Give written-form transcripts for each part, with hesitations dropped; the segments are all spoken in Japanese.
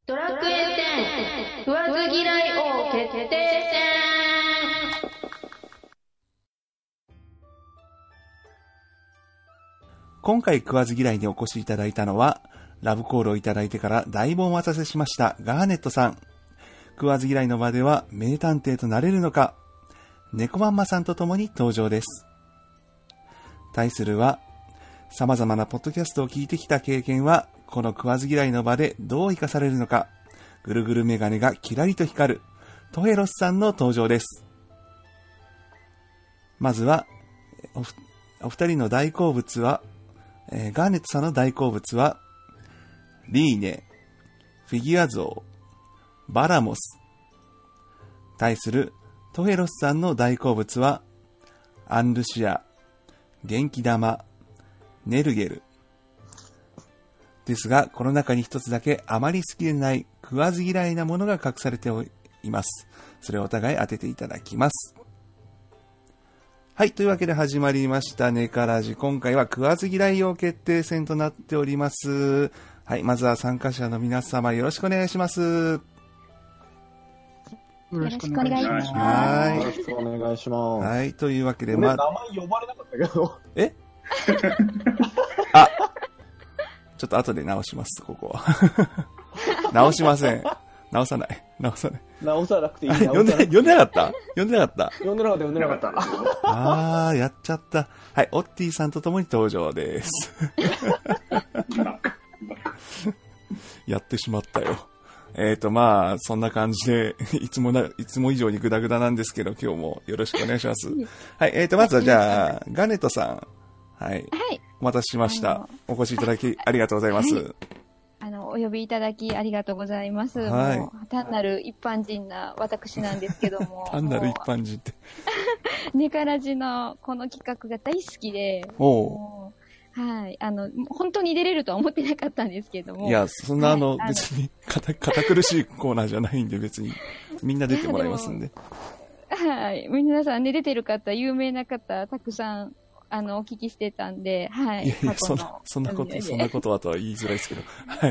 ドラクエ10食わず嫌い王決定戦。 今回食わず嫌いにお越しいただいたのは、ラブコールをいただいてからだいぶお待たせしましたガーネットさん。食わず嫌いの場では名探偵となれるのか、猫まんまさんと共に登場です。対するは、様々なポッドキャストを聞いてきた経験は、この食わず嫌いの場でどう活かされるのか、ぐるぐるメガネがキラリと光るトヘロスさんの登場です。まずは、お二人の大好物は、ガーネットさんの大好物は、リーネ、フィギュア像、バラモス。対するトヘロスさんの大好物は、アンルシア、元気玉、ネルゲル。ですが、この中に一つだけあまり好きでない食わず嫌いなものが隠されています。それをお互い当てていただきます。はい。というわけで始まりましたネカラジ。今回は食わず嫌い王決定戦となっております。はい。まずは参加者の皆様よろしくお願いします。 よろしくお願いします。 はい。 よろしくお願いします。 はい。というわけで、 名前呼ばれなかったけど。 えあ、ちょっと後で直します、ここは。直しません。直さない。直さなくていい。呼んでなかった呼んでなかったあー、やっちゃった。はい、オッティさんと共に登場です。やってしまったよ。まあ、そんな感じで、いつも以上にグダグダなんですけど、今日もよろしくお願いします。はい、まずはじゃあ、ガネットさん。はい。はい。お待たせしました。お越しいただきありがとうございます。 お呼びいただきありがとうございます。 はい。 もう単なる一般人な私なんですけども。 単なる一般人って。 ネカラジのこの企画が大好きで。はい。本当に出れるとは思ってなかったんですけども。 いや、そんな別に堅苦しいコーナーじゃないんで、別にみんな出てもらいますんで。 はい。皆さんね、出てる方、有名な方、たくさん、お聞きしてたんで、はい。 いや、そんなことはとは言いづらいですけど。はい。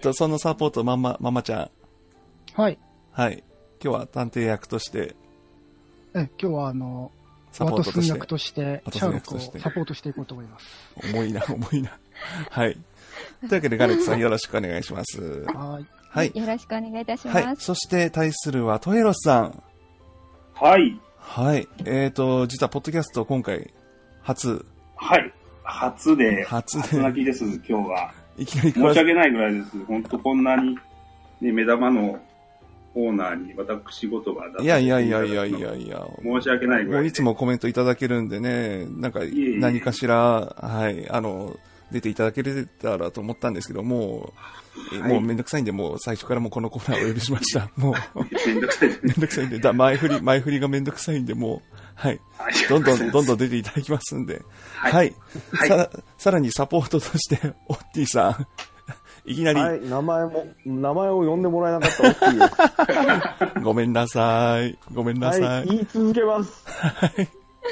そのサポート、ママちゃん。 はい。 はい。今日は探偵役として。 今日はワトスン役として、シャーロックをサポートしていこうと思います。 重いな。はい。というわけで、ガレットさんよろしくお願いします。 はい。 はい。よろしくお願いいたします。はい。 そして対するはトヘロスさん。 はい。 はい。実はポッドキャスト今回、初。 はい。初泣きです、今日は。 いきなり申し訳ないぐらいです。本当こんなに、ね、目玉のコーナーに私事が出いや。 申し訳ないぐらい。 もういつもコメントいただけるんでね、なんか、何かしら、はい、出ていただけたらと思ったんですけど、もうめんどくさいんで、もう最初からもうこのコーナーをお呼びしました。もう。めんどくさいんで、前振りがめんどくさいんで、もう、はい。どんどん出ていただきますんで。はい。さらにサポートとして、オッティさん。いきなり。 はい、名前を呼んでもらえなかったオッティです。ごめんなさい。 はい、言い続けます。 はい。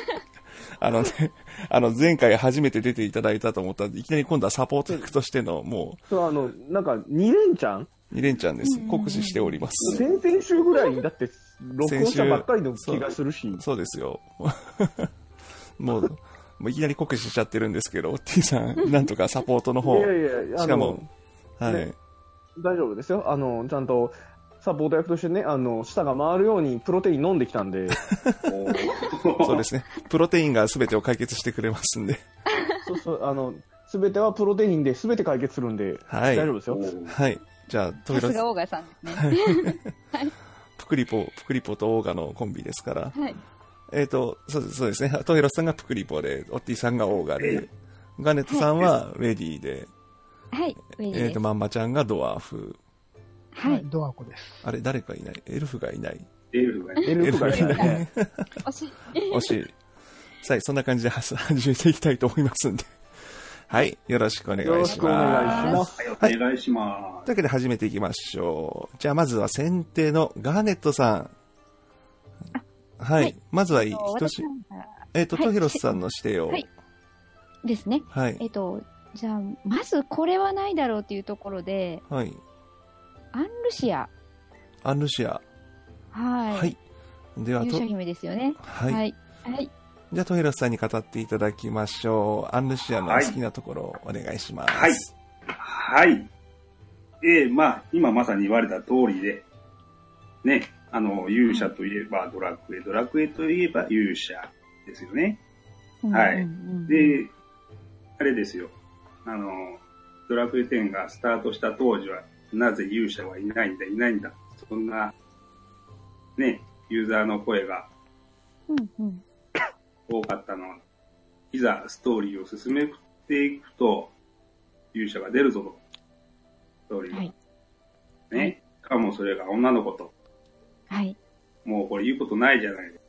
前回初めて出ていただいたと思ったら、いきなり今度はサポート役としての、もう。 そう、なんか、2連チャン ?2 連チャンです。酷使しております。 先々週ぐらいに、だって、録音したばっかりの気がするし。 そうですよ。もういきなり酷使しちゃってるんですけど、オッティさん、なんとかサポートの方。しかも、はい、 大丈夫ですよ。ちゃんと、サポート役としてね、舌が回るようにプロテイン飲んできたんで。 そうですね。プロテインが全てを解決してくれますんで。 そう、全てはプロテインで全て解決するんで、はい、大丈夫ですよ。 はい。じゃあ、 さすがオーガさんですね。 はい。プクリポとオーガのコンビですから。はい。そうですね。トヘロスさんがプクリポで、オッティさんがオーガで、ガネットさんはウェディで、 はい。ウェディです。 マンマちゃんがドワーフ。 はい、ドワコです。 あれ、誰かいない？エルフがいない。 エルフがいない。 惜しい。さあ、そんな感じで始めていきたいと思いますんで。はい。よろしくお願いします。よろしくお願いします。 はい。お願いします。 というわけで始めていきましょう。じゃあ、まずは先手のガーネットさん。はい。まずはトヘロスさんの指定を。 はい。ですね。 はい。 じゃあ、まずこれはないだろうというところで、 はい。 アンルシア。 アンルシア。 はい。 はい。では、 勇者姫ですよね。 はい。 はい。はい。 じゃあ、トヘロスさんに語っていただきましょう。アンルシアの好きなところをお願いします。 はい。はい。まあ、今まさに言われた通りで、ね、勇者といえばドラクエ、ドラクエといえば勇者ですよね。はい。で、あれですよ。ドラクエ10がスタートした当時は、なぜ勇者はいないんだ。そんな、ね、ユーザーの声が多かったのは、いざストーリーを進めていくと、勇者が出るぞと。ストーリーが。はい、ね。しかもそれが女の子と。 はい。 もうこれ言うことないじゃないですか。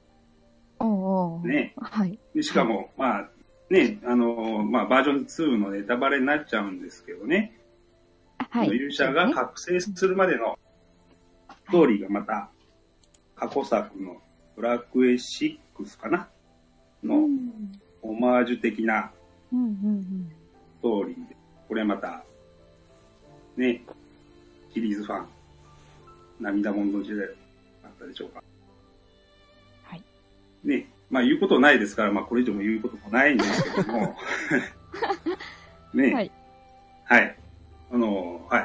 ね。 はい。 でしかも、まあ、ね、まあ、バージョン2のネタバレになっちゃうんですけどね。はい。勇者が覚醒するまでのストーリーがまた、過去作のドラクエ6かなの、オマージュ的なストーリーで、これまた、ね、シリーズファン、涙もんの時代だったでしょうか。 はい。 ね、まあ言うことないですから、まあこれ以上も言うこともないんですけども、ね、はい。はい。はい。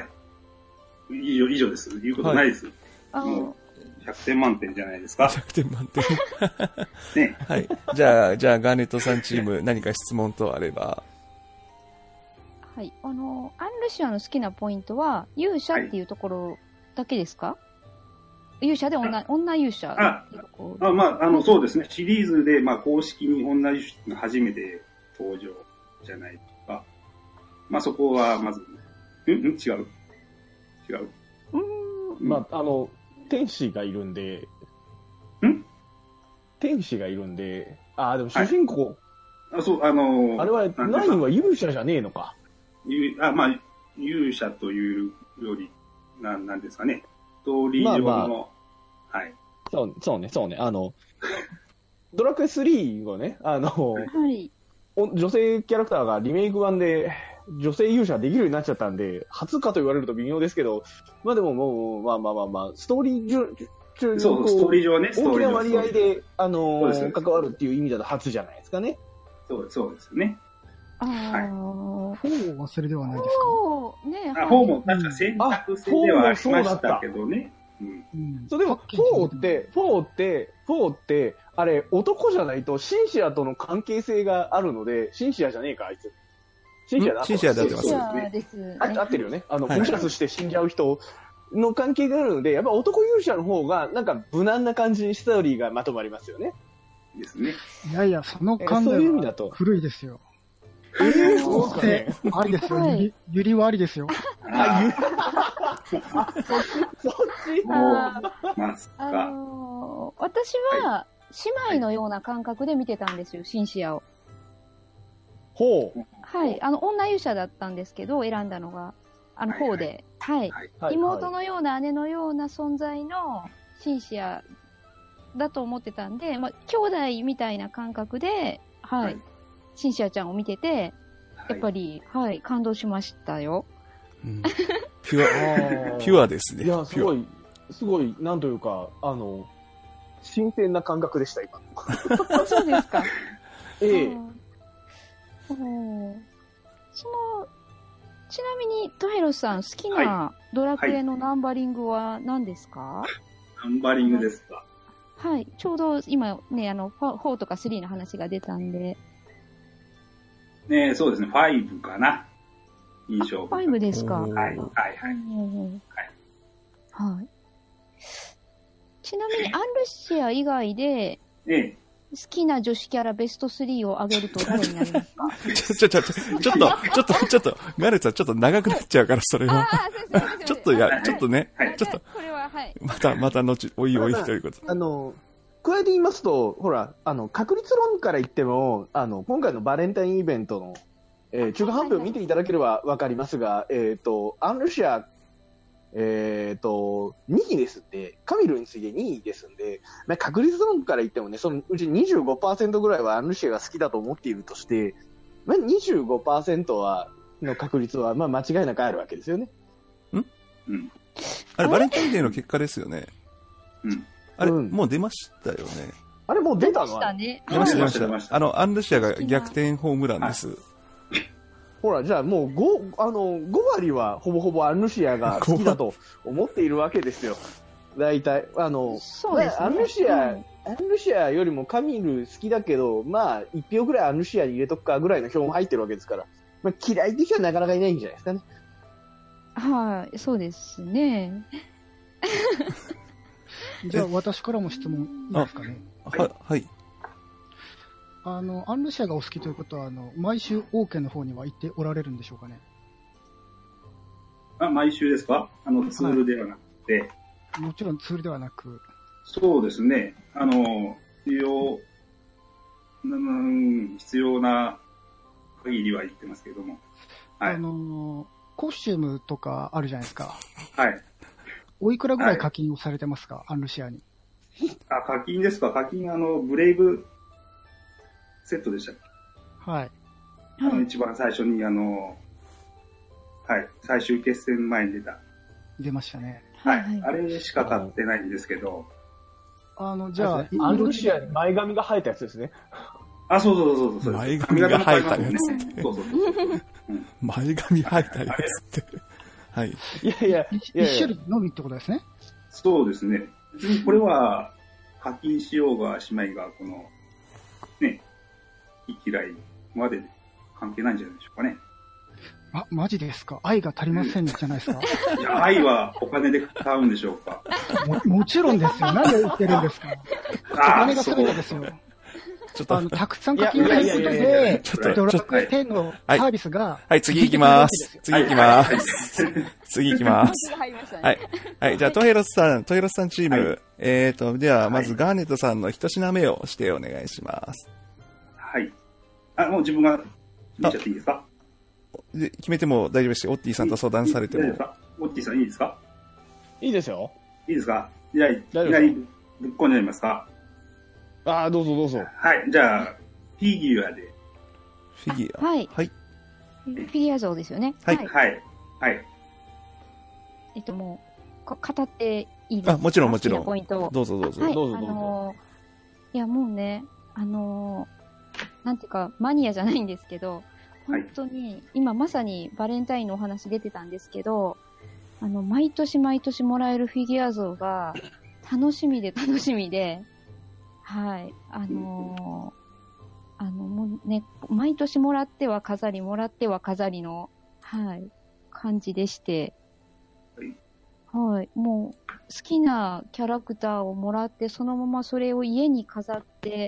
以上です。言うことないです。はい、もう100点満点じゃないですか。 100点満点。 ね。 はい。じゃあ、ガーネットさんチーム、何か質問等あれば。 はい。アンルシアの好きなポイントは、勇者っていうところだけですか？はい、勇者で女勇者っていうところ。 まあ、そうですね。シリーズで、まあ、公式に女勇者が初めて登場じゃないですか。まあ、そこは、まず、違う。 まあ、天使がいるんで、天使がいるんで、でも主人公、 はい、そう、 あれは、ナインは勇者じゃねえのか。 まあ、勇者というより、なんですかね。ストーリー上の、まあまあ、はい。 そうね。ドラクエ3をね、 はい、 女性キャラクターがリメイク版で、女性勇者できるようになっちゃったんで、初かと言われると微妙ですけど、まあでももう、まあ、ストーリー上、 そう、ストーリー上ね、 大きな割合で、関わるっていう意味だと初じゃないですかね。 そうですね。 はい。4はそれではないですか？ ね、 4も確か選択制ではありましたけどね。 そう、でも、4って、あれ、男じゃないとシンシアとの関係性があるので、シンシアじゃねえか、あいつ。シンシアだってます。 シンシアですね。 合ってるよね。もしかして死んじゃう人の関係があるので、やっぱ男勇者の方が、なんか無難な感じにストーリーがまとまりますよね。 ですね。 いや、その考えは古いですよ。そうですかね。ありですよ。ゆりはありですよ。 そっち私は、姉妹のような感覚で見てたんですよ、シンシアを。 ほう。 はい。女勇者だったんですけど、選んだのが、方で。はい。妹のような姉のような存在のシンシアだと思ってたんで、まあ、兄弟みたいな感覚で、はい。シンシアちゃんを見てて、やっぱり、はい、感動しましたよ。 ピュアですね。 いや、すごい、なんというか、新鮮な感覚でした、今。 そうですか。 ええ。 ちなみに、トヘロスさん、好きなドラクエのナンバリングは何ですか？ ナンバリングですか？ はい。ちょうど今ね、4とか3の話が出たんで。 ね、そうですね、5かな。印象。 5ですか？はい。 はい。 ちなみに、アンルシア以外で、好きな女子キャラベスト3を挙げると誰になりますか？ ちょっと、ガレツはちょっと長くなっちゃうから、それは。ちょっとね、ちょっと、 これは、はい。 また後、おいということ。 加えて言いますと、ほら、確率論から言っても、今回のバレンタインイベントの、中間発表を見ていただければわかりますが、アンルシア、2位ですんで、カミルに次いで2位ですんで、まあ、確率論から言ってもね、そのうち 25% ぐらいはアンルシアが好きだと思っているとして、まあ、25% の確率は、まあ、間違いなくあるわけですよね。 うん。 あれ、バレンタインデーの結果ですよね。 うん。 あれ、もう出ましたよね。 あれもう出たの？ 出ましたね。 出ました。アンルシアが逆転ホームランです。 ほら、じゃあもう5割はほぼほぼアンルシアが好きだと思っているわけですよ。大体。 そうですね。 アンルシアよりもカミル好きだけど、まあ、1票ぐらいアンルシアに入れとくかぐらいの票も入ってるわけですから、まあ、嫌いって人はなかなかいないんじゃないですかね。 はい、そうですね。 じゃあ、私からも質問いいですかね。 はい。 アンルシアがお好きということは、毎週王家の方には行っておられるんでしょうかね。 毎週ですか？ツールではなくて。 もちろんツールではなく。 そうですね。必要な限りは言ってますけども。はい。 コスチュームとかあるじゃないですか。 はい。 おいくらぐらい課金をされてますか、はい、アンルシアに。 課金ですか？課金、ブレイブセットでしたっけ？ はい。 一番最初に、はい、最終決戦前に出ましたね。 はい。あれしか買ってないんですけど。 じゃあ、 アンルシアに前髪が生えたやつですね。 そう。 前髪が生えたやつって。 そう。 前髪生えたやつって。はい。 いや。一種類のみってことですね。 そうですね。別にこれは、課金しようがしまいが、この、ね、嫌いまで関係ないんじゃないでしょうかね。 マジですか？愛が足りませんじゃないですか？ いや、愛はお金で買うんでしょうか？ もちろんですよ。何で言ってるんですか？お金が全てですよ。 ちょっとたくさん課金をすることで、ドラクエ10のサービスが、 はい、次行きます。次行きます。はい、じゃあ、トヘロスさんチーム。では、まずガーネットさんの一品目をしてお願いします。 はい。もう自分が見ちゃっていいですか？ 決めても大丈夫ですし、オッティさんと相談されても。 オッティさんいいですか？ いいですよ。 いいですか？じゃあ、いきなりぶっこんじゃいますか？ どうぞ。 はい、じゃあ、フィギュアで。 フィギュア。 はい。 はい。 フィギュア像ですよね。 はい。 もう、語っていいですか？ もちろん。 ポイントを。 どうぞ。 はい、いや、もうね、なんていうか、マニアじゃないんですけど、本当に、今まさにバレンタインのお話出てたんですけど、毎年もらえるフィギュア像が、楽しみで、はい。もうね、毎年もらっては飾りの、はい、感じでして、はい。もう、好きなキャラクターをもらって、そのままそれを家に飾って、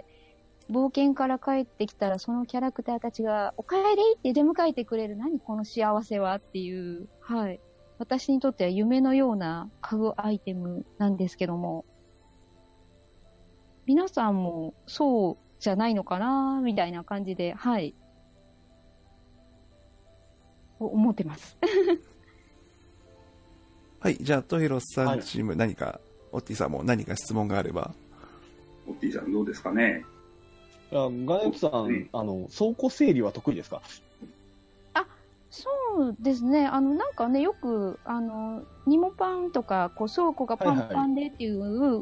冒険から帰ってきたら、そのキャラクターたちが、おかえりって出迎えてくれる、何この幸せはっていう、はい。私にとっては夢のような家具アイテムなんですけども、皆さんもそうじゃないのかなみたいな感じで、はい。思ってます。 はい。じゃあ、トヘロスさんチーム、何か、オッティさんも何か質問があれば。 オッティさんどうですかね？ ガネットさん、倉庫整理は得意ですか？ そうですね。なんかね、よく、ニモパンとか、倉庫がパンパンでっていう、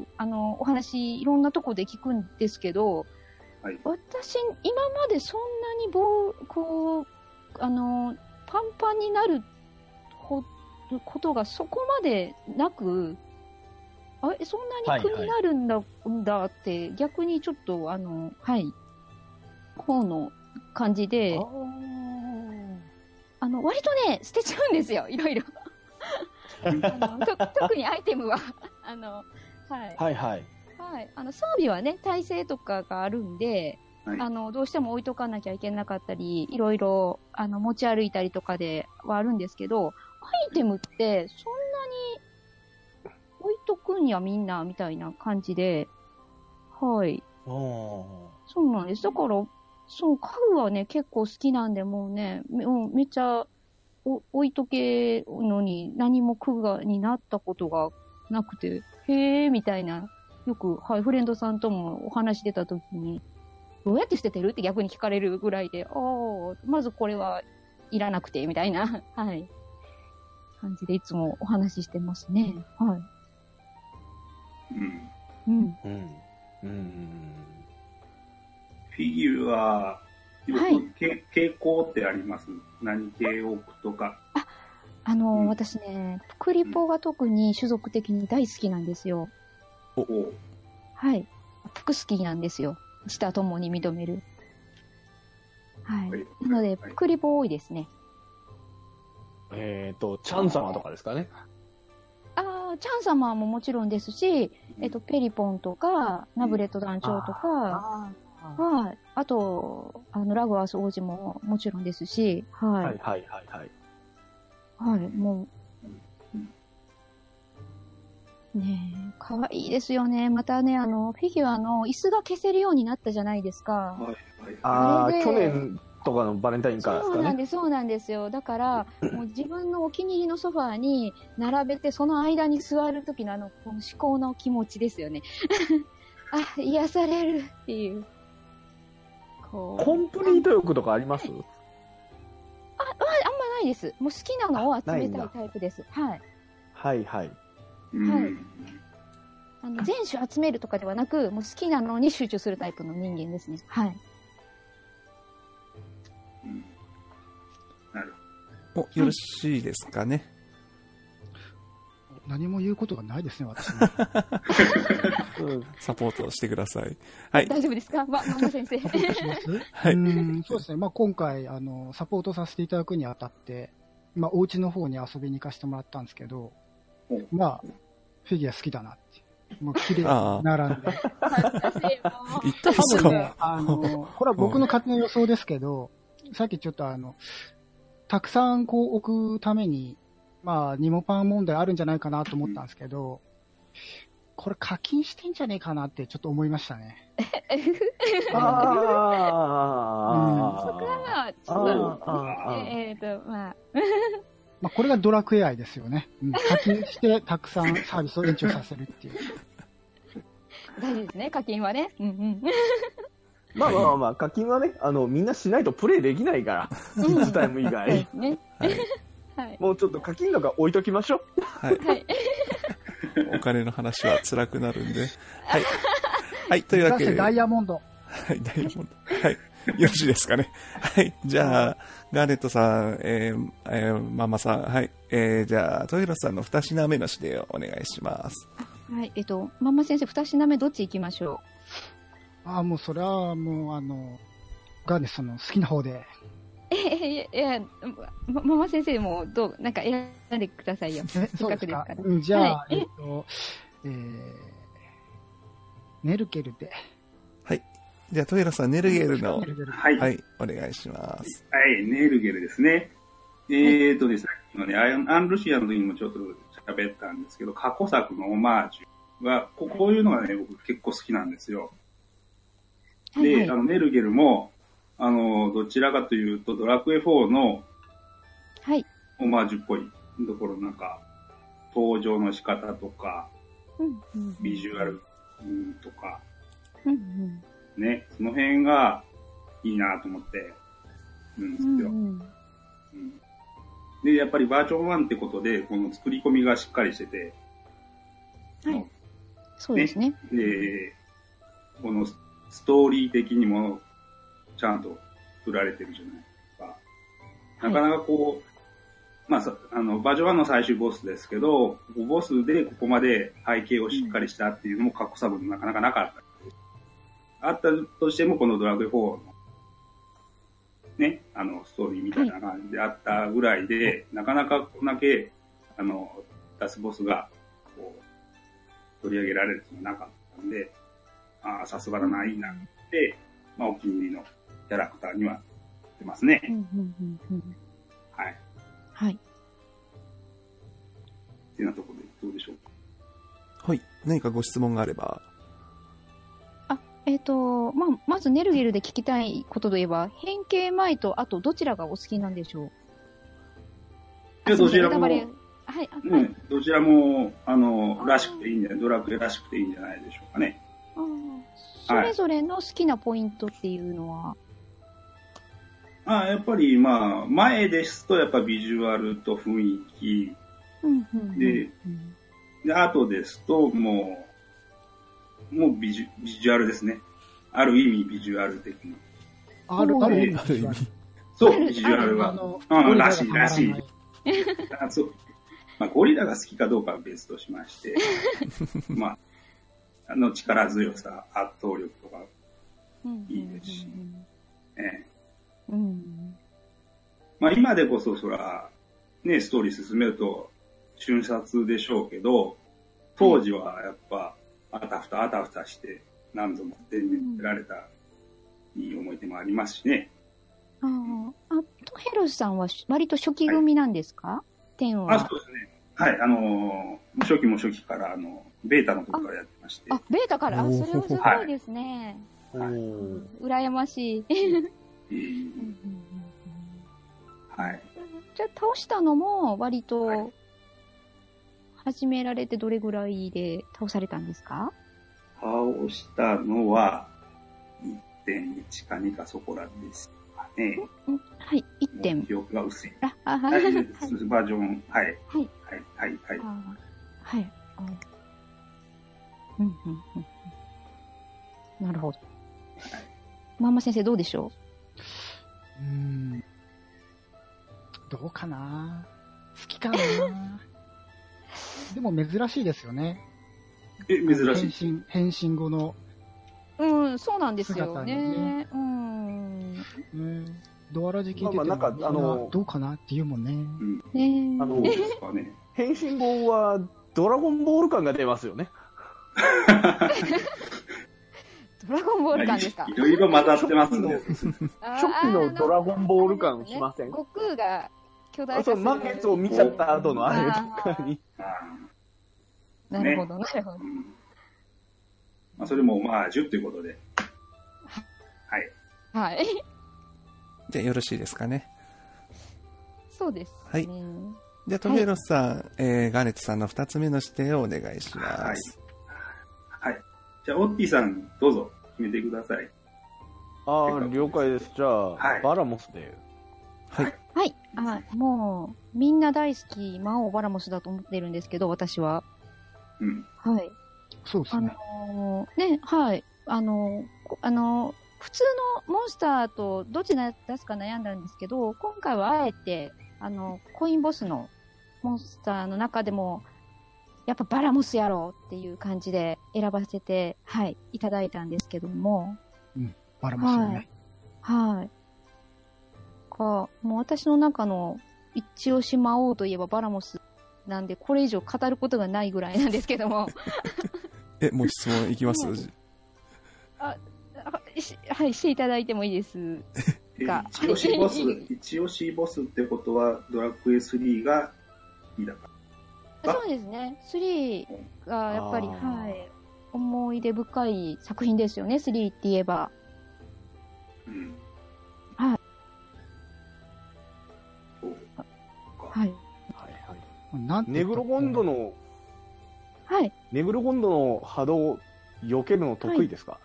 お話、いろんなとこで聞くんですけど、 はい、 私、今までそんなにパンパンになることがそこまでなく、そんなに苦になるんだって、逆にちょっと、はい、方の感じで、割とね、捨てちゃうんですよ、いろいろ。特にアイテムは、はい。はい。装備はね、耐性とかがあるんで、はい、どうしても置いとかなきゃいけなかったり、いろいろ、持ち歩いたりとかではあるんですけど、アイテムって、そんなに置いとくんやみんな、みたいな感じで、はい。そうなんです。だから、そう、家具はね、結構好きなんで、もうね、めっちゃ置いとけのに何も苦がになったことがなくて、へーみたいな、よく、はい、フレンドさんともお話出た時に、どうやって捨ててるって逆に聞かれるぐらいで、まずこれはいらなくて、みたいな、はい。 感じでいつもお話ししてますね。はい。 うん。 うん。 うん。うん。 フィギュア、 はい。 傾向ってあります？何系を置くとか。 私ね、クリポが特に種族的に大好きなんですよ。はい。服好きなんですよ。自他ともに認める。はい。なので、クリポ多いですね。 チャン様とかですかね。 チャン様ももちろんですし、ペリポンとか、ナブレット団長とか、はい。あと、ラグアース王子ももちろんですし、はい。 はいはいはいはい。 はい、もう、ねえ、かわいいですよね。またね、フィギュアの椅子が消せるようになったじゃないですか。 はい。去年とかのバレンタインからですかね。 そうなんですよ。だから、もう自分のお気に入りのソファーに並べて、その間に座る時のこの思考の気持ちですよね。あ、癒されるっていう。 コンプリート欲とかあります？ あんまないです。もう好きなのを集めたいタイプです。はい。 はいはい。はい。 全種集めるとかではなく、もう好きなのに集中するタイプの人間ですね。はい。 なるほど。よろしいですかね。 何も言うことがないですね、私も。 サポートしてください。はい。 大丈夫ですか？ママ先生。 サポートします？はい。そうですね。まあ、今回、サポートさせていただくにあたって、まあ、お家の方に遊びに行かせてもらったんですけど、まあ、フィギュア好きだなって。もう綺麗に並んで。 言ったんですか？ 多分ね、これは僕の勝手な予想ですけど、さっきちょっとたくさんこう置くために、まあ、ニモパン問題あるんじゃないかなと思ったんですけど、これ課金してんじゃねえかなってちょっと思いましたね。 そこは、ちょっと、まあ。 まあ、これがドラクエ愛ですよね。課金してたくさんサービスを延長させるっていう。 大事ですね、課金はね。 まあまあまあ、課金はね、みんなしないとプレイできないから、キッズタイム以外。 ね。 はい、もうちょっと課金とか置いときましょう。 はい。お金の話は辛くなるんで。はい。はい、というわけで。 ダイヤモンド。 はい、ダイヤモンド。はい。よろしいですかね。はい。じゃあ、ガーネットさん、ママさん、はい。じゃあ、トイロさんの2品目の指令をお願いします。 はい。ママ先生、2品目どっち行きましょう？もうそれはもう、ガーネットさんの好きな方で。 いや、ママ先生もなんか選んでくださいよ。せっかくですから。 じゃあ、ネルケルで。 はい。じゃあ、トイラさん、ネルゲルの、 はい。 はい、お願いします。 はい、ネルゲルですね。ですね、アンルシアの時にもちょっと喋ったんですけど、過去作のオマージュは、こういうのがね、僕結構好きなんですよ。で、ネルゲルも、どちらかというと、ドラクエ4の、 はい。 オマージュっぽいところ、なんか、登場の仕方とか、ビジュアルとか、ね、その辺がいいなと思ってるんですよ。で、やっぱりバージョン1ってことで、この作り込みがしっかりしてて、 はい。そうですね。 で、このストーリー的にも、ちゃんと振られてるじゃないですか。なかなかこう、まあ、バージョン1の最終ボスですけど、ボスでここまで背景をしっかりしたっていうのも過去作もなかなかなかった。あったとしても、このドラクエ4の、ね、ストーリーみたいな感じであったぐらいで、なかなかこんだけ、ラスボスが、こう、取り上げられるっていうのはなかったんで、さすがだな、いいなって、まあ、お気に入りのキャラクターには出ますね。はい。 はい。 ってなところでどうでしょうか。 はい。何かご質問があれば。 まずネルゲルで聞きたいことといえば、変形前と、あとどちらがお好きなんでしょう？ どちらも、はい。どちらも、らしくていいんじゃない、ドラクエらしくていいんじゃないでしょうかね。 それぞれの好きなポイントっていうのは、 やっぱり、まあ、前ですと、やっぱビジュアルと雰囲気で、アートですと、もうビジュアルですね。ある意味ビジュアル的な。 ある意味。 そう、ビジュアルは。らしい。そう。まあ、ゴリラが好きかどうかは別としまして、まあ、力強さ、圧倒力とか、いいですし、まあ、今でこそ、そら、ね、ストーリー進めると、瞬殺でしょうけど、当時はやっぱ、あたふたして、何度も全面出られた、いい思い出もありますしね。 トヘロスさんは割と初期組なんですか？10は。 そうですね。はい、初期も初期から、ベータの時からやってまして。 ベータからそれはすごいですね。羨ましい。はい。じゃあ、倒したのも、割と、始められてどれぐらいで倒されたんですか？ 倒したのは、1.1 か2かそこらですかね。 はい、1点。 記憶が薄い。 はい。 バージョン、はい。はい。 なるほど。まんま先生どうでしょう？ どうかな？好きかな？でも珍しいですよね。 珍しい。 変身後の。 そうなんですよね。 ドアラジ聞いてても、どうかなって言うもんね。 変身後はドラゴンボール感が出ますよね。 ドラゴンボール感ですか？ いろいろ混ざってますね。 初期のドラゴンボール感しません？ 悟空が巨大化する。 満月を見ちゃった後のあれとかに。 なるほど、なるほど。 まあ、それもまあ、10ということで。はい。 はい。 じゃあよろしいですかね。 そうです。 はい。じゃあ、トヘロスさん、ガーネットさんの2つ目の指定をお願いします。 はい。じゃあ、オッティさん、どうぞ、決めてください。 了解です。じゃあ、バラモスで。 はい。 はい。もう、みんな大好き、魔王バラモスだと思ってるんですけど、私は。はい。 そうですね。 はい。普通のモンスターとどっち出すか悩んだんですけど、今回はあえて、コインボスのモンスターの中でも、やっぱバラモスやろうっていう感じで選ばせて、はい、いただいたんですけども。 バラモスよね。 はい。もう私の中の一押し魔王といえばバラモスなんで、これ以上語ることがないぐらいなんですけども。 もう質問いきます？ はい、していただいてもいいですが。 一押しボスってことは、ドラクエ3がいいだかそうですね。3がやっぱり、はい、思い出深い作品ですよね、3って言えば。はい。はい。 ネグロゴンドの、ネグロゴンドの波動を避けるの得意ですか？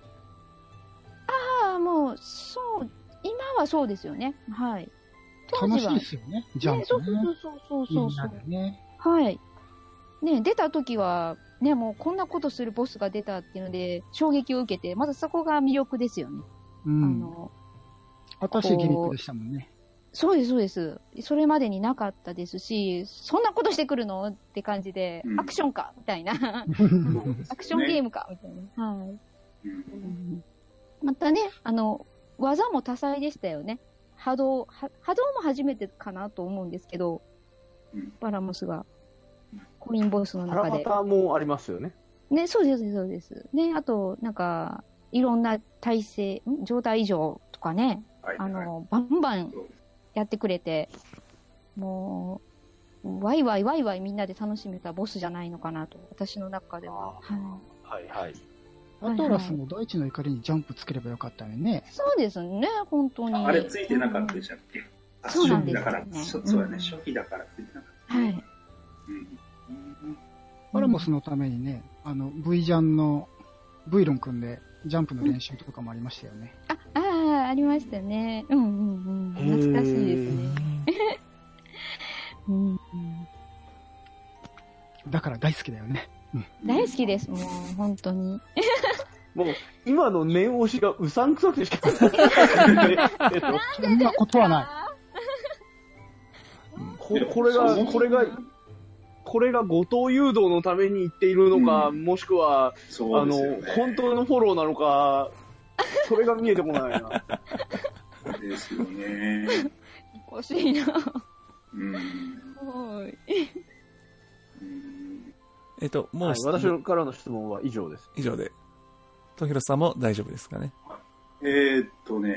もう、今はそうですよね。はい。 楽しいですよね。ジャンプね。 そう。はい。ね、出た時は、ね、もうこんなことするボスが出たっていうので、衝撃を受けて、まずそこが魅力ですよね。 新しいギミックでしたもんね。 そうです。それまでになかったですし、そんなことしてくるのって感じで、アクションかみたいな。アクションゲームかみたいな。はい。またね、技も多彩でしたよね。波動も初めてかなと思うんですけど、バラモスが、コインボスの中で。 パラマタもありますよね。 ね、そうです。ね、あと、なんか、いろんな体勢、状態異常とかね、バンバンやってくれて、もう、ワイワイみんなで楽しめたボスじゃないのかなと、私の中では。 はい。 アトラスも大地の怒りにジャンプつければよかったね。 そうですね、本当に。 あれついてなかったでしたっけ？ そうなんですね。そうだね、初期だからついてなかった。はい。 バラモスのためにね、V ジャンの V ロン組んでジャンプの練習とかもありましたよね。 ありましたね。懐かしいですね。 だから大好きだよね。 大好きです、もう、本当に。 もう、今の念押しがうさんくさくてしかない。 そんなことはない。 これが後藤誘導のために言っているのか、もしくは、本当のフォローなのか、それが見えてこないな。 ですよね。 おかしいな。はい。 もう、 私からの質問は以上です。 以上で。とひろさんも大丈夫ですかね。 はい。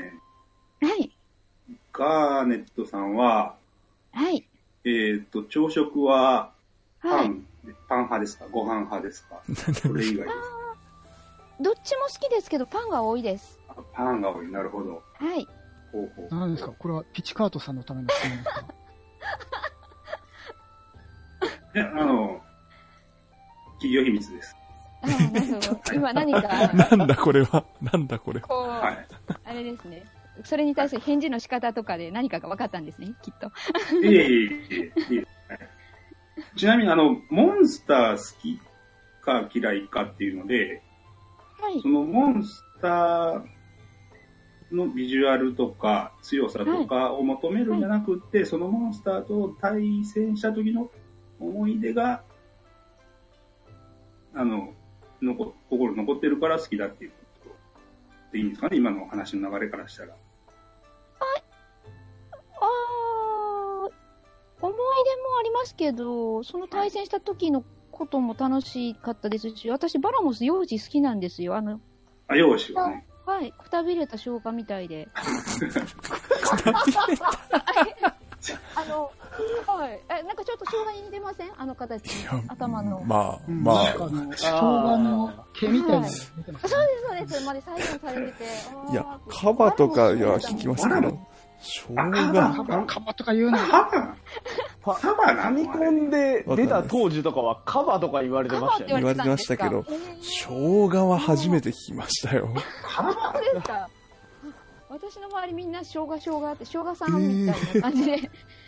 ガーネットさんは、 はい。 朝食はパン派ですか、ご飯派ですか、それ以外ですか？ どっちも好きですけど、パンが多いです。 パンが多い、なるほど。 はい。 何ですか、これはピチカートさんのための質問ですか？ いや、企業秘密です。 なるほど。今何か。 なんだこれは。なんだこれ。 はい。あれですね。それに対する返事の仕方とかで何かが分かったんですね、きっと。 いえ。ちなみに、モンスター好きか嫌いかっていうので、 はい、 そのモンスターのビジュアルとか強さとかを求めるんじゃなくって、そのモンスターと対戦した時の思い出が、心残ってるから好きだっていうことでいいんですかね、今の話の流れからしたら。 思い出もありますけど、その対戦した時のことも楽しかったですし、私バラモス幼児好きなんですよ。 幼児はね。 はい、くたびれた生姜みたいで。はい。なんかちょっと生姜に似てません？形。頭の。 まあ。 生姜の毛みたいな。そうです。まで再現されてて。 いや、カバとか、聞きますけど。生姜。 カバとか言うの。 ファミコンで出た当時とかはカバとか言われてましたよね。 言われてましたけど、生姜は初めて聞きましたよ。 そうですか。私の周りみんな生姜って生姜さんみたいな感じで。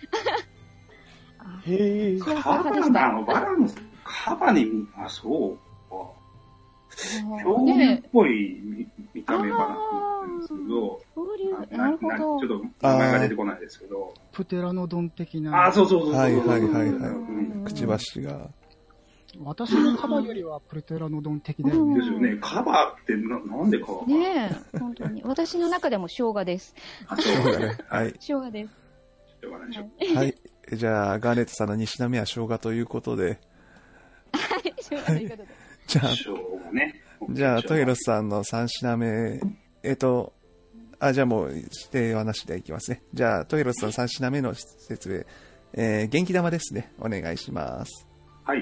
へぇ、カバのカバに、そうか。恐竜っぽい見た目かなと思ってるんですけど、 なるほど。 ちょっと名前が出てこないですけど。 プテラノドン的な。 そう。 はい。くちばしが。 私のカバよりはプテラノドン的だよね。 ですよね。カバってなんでカバ？ ねえ、本当に。私の中でも生姜です。 生姜ね。はい。 生姜です。 しょうがないでしょ。 はい。じゃあ、ガーネットさんの2品目は生姜ということで。 はい、生姜ということで。 じゃあ、 生姜ね。 じゃあ、トヘロスさんの3品目、じゃあもう、指定はなしでいきますね。じゃあ、トヘロスさん3品目の説明、元気玉ですね。お願いします。 はい。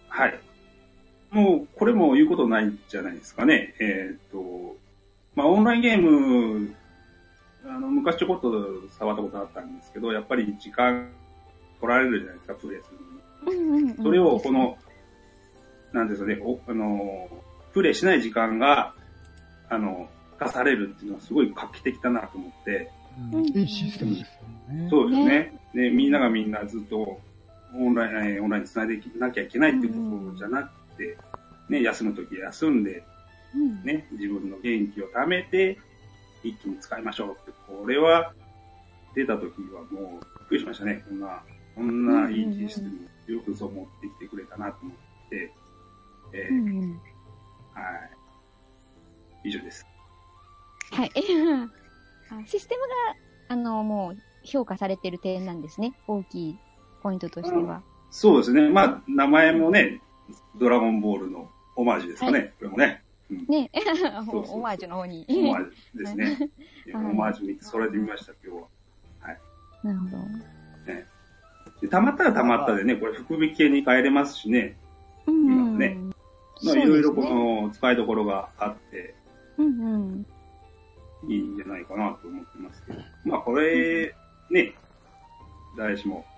もう、これも言うことないんじゃないですかね。オンラインゲーム、昔ちょこっと触ったことあったんですけど、やっぱり時間取られるじゃないですか、プレイするのに。それを、なんですかね、プレイしない時間が、出されるっていうのはすごい画期的だなと思って。 いいシステムですよね。 そうですね。で、みんながみんなずっとオンラインに繋いでなきゃいけないっていうことじゃなくて、ね、休むとき休んで、ね、自分の元気を貯めて、一気に使いましょうって、これは出たときはもうびっくりしましたね。こんないいシステムをよくぞ持ってきてくれたなと思って、はい。以上です。 はい。システムが、もう評価されている点なんですね。大きいポイントとしては。 そうですね。名前もね、ドラゴンボールのオマージュですかね。これもね。 ね、オマージュの方に。 オマージュですね。オマージュ見て、それで見ました、今日は。はい。 なるほど。 ね。たまったらたまったでね、これ福引系に変えれますしね。今ね。いろいろこの使いどころがあって、いいんじゃないかなと思ってますけど。これ、ね、誰しも、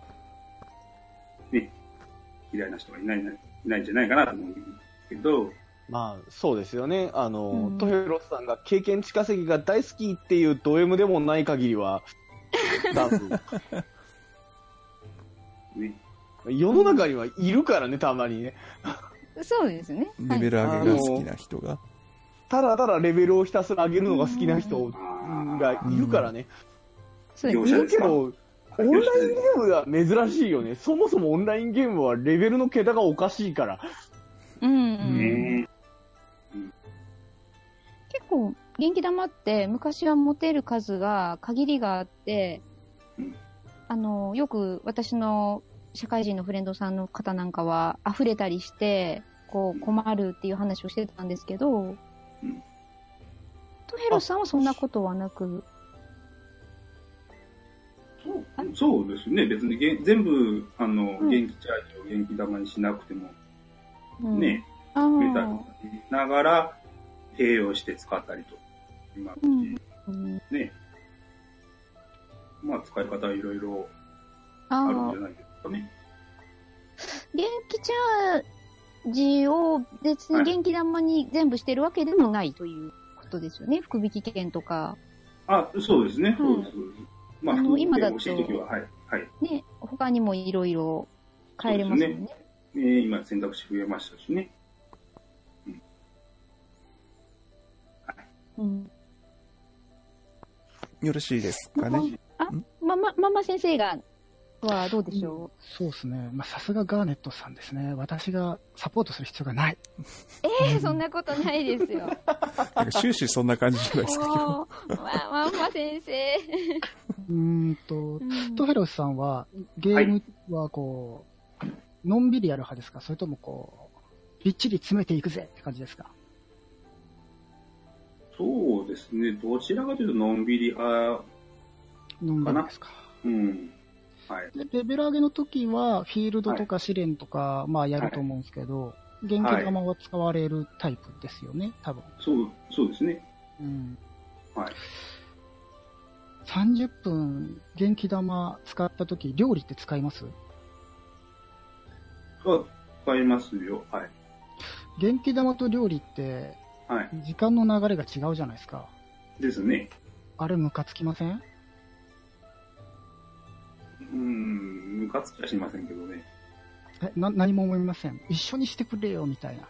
ね、嫌いな人がいないんじゃないかなと思うんですけど、 そうですよね。トヘロスさんが経験値稼ぎが大好きっていうド M でもない限りは、多分。 ね。 世の中にはいるからね、たまにね。 そうですね。 レベル上げが好きな人が。 ただただレベルをひたすら上げるのが好きな人がいるからね。 そうですね。 けど、オンラインゲームが珍しいよね。そもそもオンラインゲームはレベルの桁がおかしいから。 結構、元気玉って昔は持てる数が限りがあって、よく私の社会人のフレンドさんの方なんかは溢れたりして、こう困るっていう話をしてたんですけど、トヘロさんはそんなことはなく。 そうですね。別に全部、元気チャージを元気玉にしなくても、ね、メタルにながら、併用して使ったりと。今ね。まあ、使い方はいろいろあるんじゃないですかね。 元気チャージを別に元気玉に全部してるわけでもないということですよね。福引券とか。 そうですね。そうです。まあ、 今だと、 ね、 他にもいろいろ変えれますよね。 今選択肢増えましたしね。 よろしいですかね。 ママ先生はどうでしょう。 そうですね。さすがガーネットさんですね。私がサポートする必要がない。 そんなことないですよ。 終始そんな感じじゃないですか。 ママ先生。 トヘロスさんは、ゲームはこう、のんびりやる派ですか？それともこう、びっちり詰めていくぜって感じですか？ そうですね。どちらかというと、のんびり派かな。 のんびりですか。 はい。 レベル上げの時は、フィールドとか試練とか、やると思うんですけど、元気玉は使われるタイプですよね、多分。 そうですね。はい。 30分元気玉使った時、料理って使います？ 使いますよ。はい。 元気玉と料理って、時間の流れが違うじゃないですか。 ですね。 あれムカつきません？ ムカつきはしませんけどね。 何も思いません。一緒にしてくれよ、みたいな。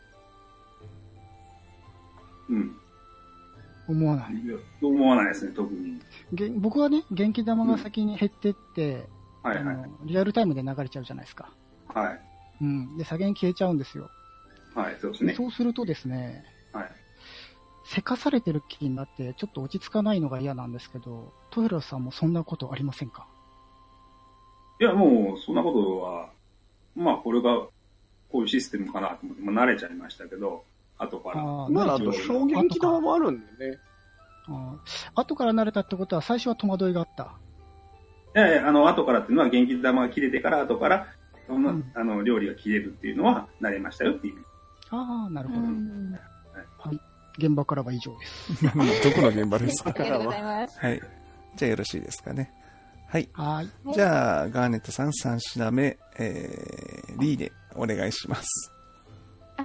思わない。 思わないですね、特に。 僕はね、元気玉が先に減ってって、リアルタイムで流れちゃうじゃないですか。で、下限消えちゃうんですよ。 そうですね。 そうするとですね、せかされてる気になって、ちょっと落ち着かないのが嫌なんですけど、トヘロさんもそんなことありませんか？ いや、もう、そんなことは、これが、こういうシステムかなと思って、慣れちゃいましたけど、後から。 あと、小元気玉もあるんでね。 後から慣れたってことは、最初は戸惑いがあった。 いや、後からっていうのは、元気玉が切れてから、後から、料理が切れるっていうのは、慣れましたよっていう意味。 なるほど。はい。現場からは以上です。 どこの現場ですか？ ありがとうございます。 はい。じゃあよろしいですかね。はい。 はい。 じゃあ、ガーネットさん3品目、リーでお願いします。 はい。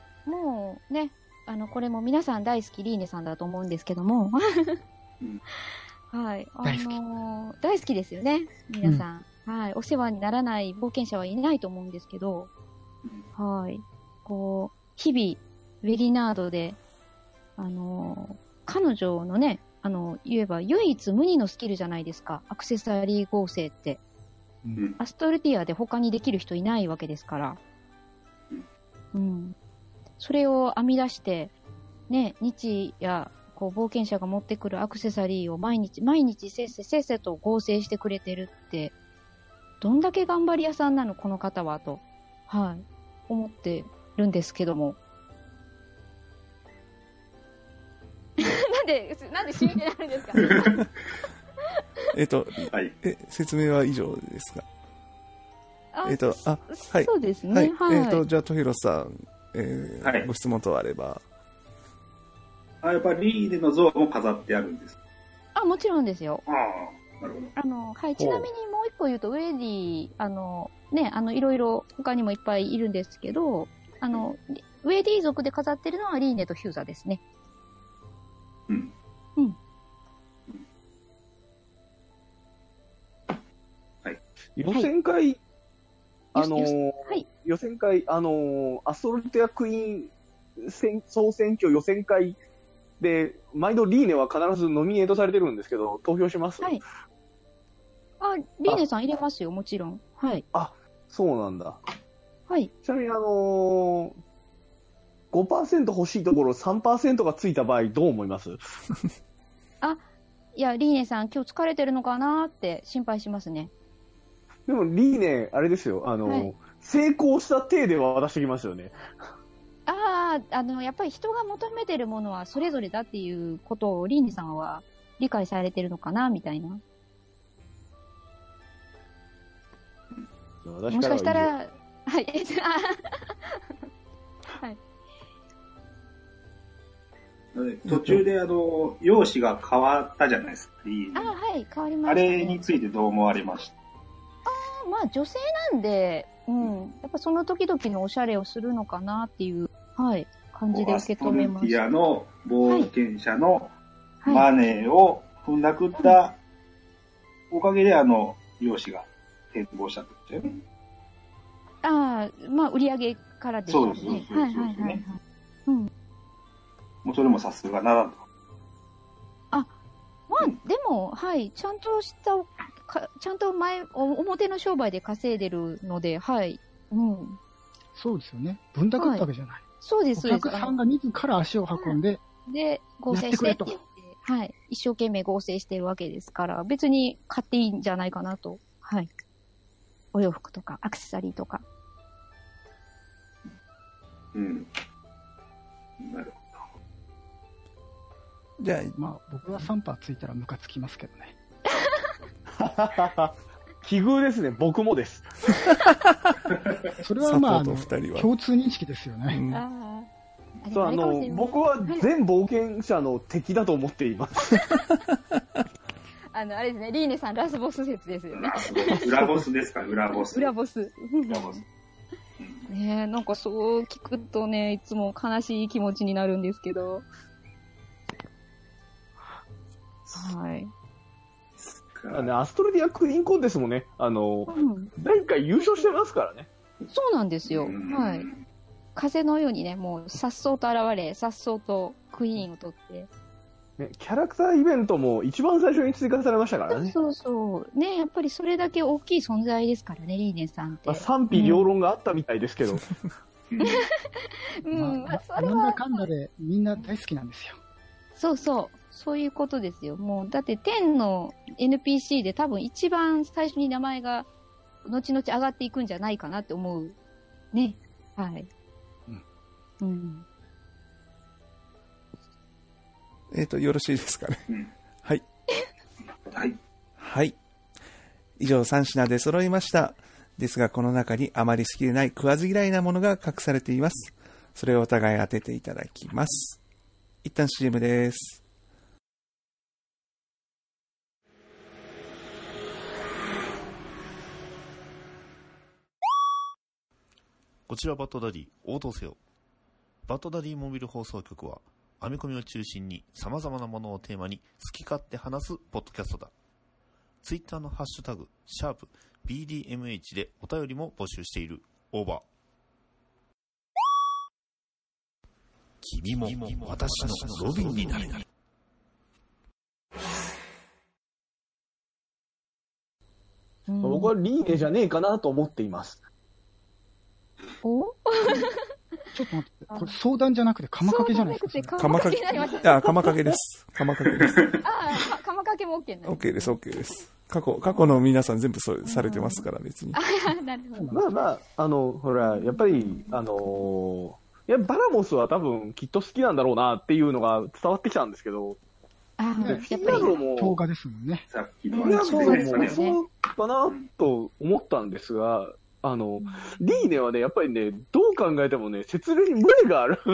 もうね、これも皆さん大好きリーネさんだと思うんですけども。はい。大好きですよね。皆さん。はい。お世話にならない冒険者はいないと思うんですけど、はい。こう、日々、ウェリナードで、彼女のね、言えば唯一無二のスキルじゃないですか。アクセサリー合成って。アストルティアで他にできる人いないわけですから。それを編み出して、ね、日夜、こう、冒険者が持ってくるアクセサリーを毎日せっせと合成してくれてるって、どんだけ頑張り屋さんなの、この方は、と、思ってるんですけども。なんでシーンになるんですか？ 説明は以上ですか？はい。 そうですね。 じゃあ、トヘロさん、ご質問とあれば。 やっぱりリーデの像も飾ってあるんです。 もちろんですよ。 なるほど。 ちなみにもう一個言うと、ウェディ、いろいろ他にもいっぱいいるんですけど、ウェディ族で飾ってるのはリーネとヒューザですね。 予選会予選会、アストロティアクイーン総選挙予選会で、毎度リーネは必ずノミネートされてるんですけど、投票します？ はい。リーネさん入れますよ、もちろん。はい。 そうなんだ。 はい。 ちなみに5% 欲しいところ 3% がついた場合どう思います？ いや、リーネさん今日疲れてるのかなって心配しますね。 でもリーネ、あれですよ、成功した体では渡してきますよね。 やっぱり人が求めてるものはそれぞれだっていうことをリーネさんは理解されてるのかなみたいな。もしかしたら、はい。はい。 途中で容姿が変わったじゃないですか。 はい、変わりました、 あれについてどう思われました？ まあ女性なんで、やっぱその時々のおしゃれをするのかなっていう、感じで受け止めました。アストルティアの冒険者のマネーを踏んだくったおかげで容姿が変更したってことですよね。 売り上げからでしょうね。 そうですね。もうそれもさすがならと。 でも、ちゃんと表の商売で稼いでるので、 そうですよね。ぶんたくったわけじゃない。 そうです、そうです。 お客さんが自ら足を運んで、 で、合成してって言って、一生懸命合成してるわけですから、別に買っていいんじゃないかなと。お洋服とか、アクセサリーとか。 なるほど。 じゃあ、 僕は3%ついたらムカつきますけどね。 奇遇ですね。僕もです。 それは共通認識ですよね。 僕は全冒険者の敵だと思っています。 あれですね、リーネさんラスボス説ですよね。 裏ボスですか、裏ボス。 裏ボス。ねえ、なんかそう聞くとね、いつも悲しい気持ちになるんですけど。 アストロティアクイーンコンテストもね、第1回優勝してますからね。 そうなんですよ。風のようにね、もう、さっそうと現れ、さっそうとクイーンを取って。 ね、キャラクターイベントも一番最初に追加されましたからね。 そうそう。ね、やっぱりそれだけ大きい存在ですからね、リーネさんって。 賛否両論があったみたいですけど。 それは。 なんだかんだでみんな大好きなんですよ。 そうそう。そういうことですよ。もう、だって10の NPC で多分一番最初に名前が後々上がっていくんじゃないかなって思う。ね。 よろしいですかね。はい。 はい。 以上3品で揃いました。ですが、この中にあまり好きでない食わず嫌いなものが隠されています。それをお互い当てていただきます。一旦 CM です。 こちらバッドダディ応答せよ。バッドダディモビル放送局は編み込みを中心に様々なものをテーマに好き勝手話すポッドキャストだ。ツイッターのハッシュタグ#BDMH でお便りも募集している。オーバー。君も私のロビンになれ。 僕はリーネじゃねえかなと思っています。 おちょっと待って、これ相談じゃなくて釜かけじゃないですか。 釜かけ。釜かけです。釜かけです。 釜かけも OK なんです。 OK です、OK です。過去の皆さん全部そうされてますから、別に。 なるほど。ほら、やっぱり、バラモスは多分きっと好きなんだろうなっていうのが伝わってきたんですけど、 やっぱり。 生姜ですもんね。 さっきのそうかなと思ったんですが、リーネはね、やっぱりね、どう考えてもね、説明に無理がある。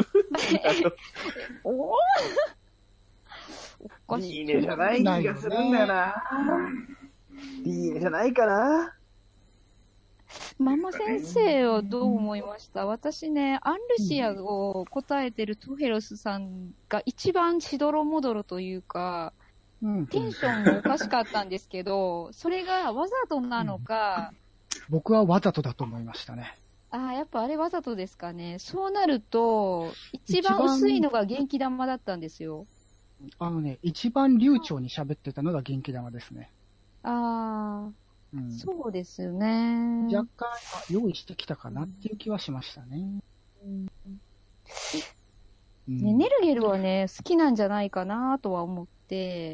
リーネじゃない気がするんだよな。リーネじゃないかな。 ママ先生はどう思いました？私ね、アンルシアを答えてるトヘロスさんが一番しどろもどろというか、テンションもおかしかったんですけど、それがわざとなのか、 僕はわざとだと思いましたね。 ああ、やっぱあれわざとですかね。そうなると、一番薄いのが元気玉だったんですよ。 一番流暢に喋ってたのが元気玉ですね。 ああ、 うん、 そうですよね。 若干用意してきたかなっていう気はしましたね。 ね、ネルゲルはね、好きなんじゃないかなとは思って、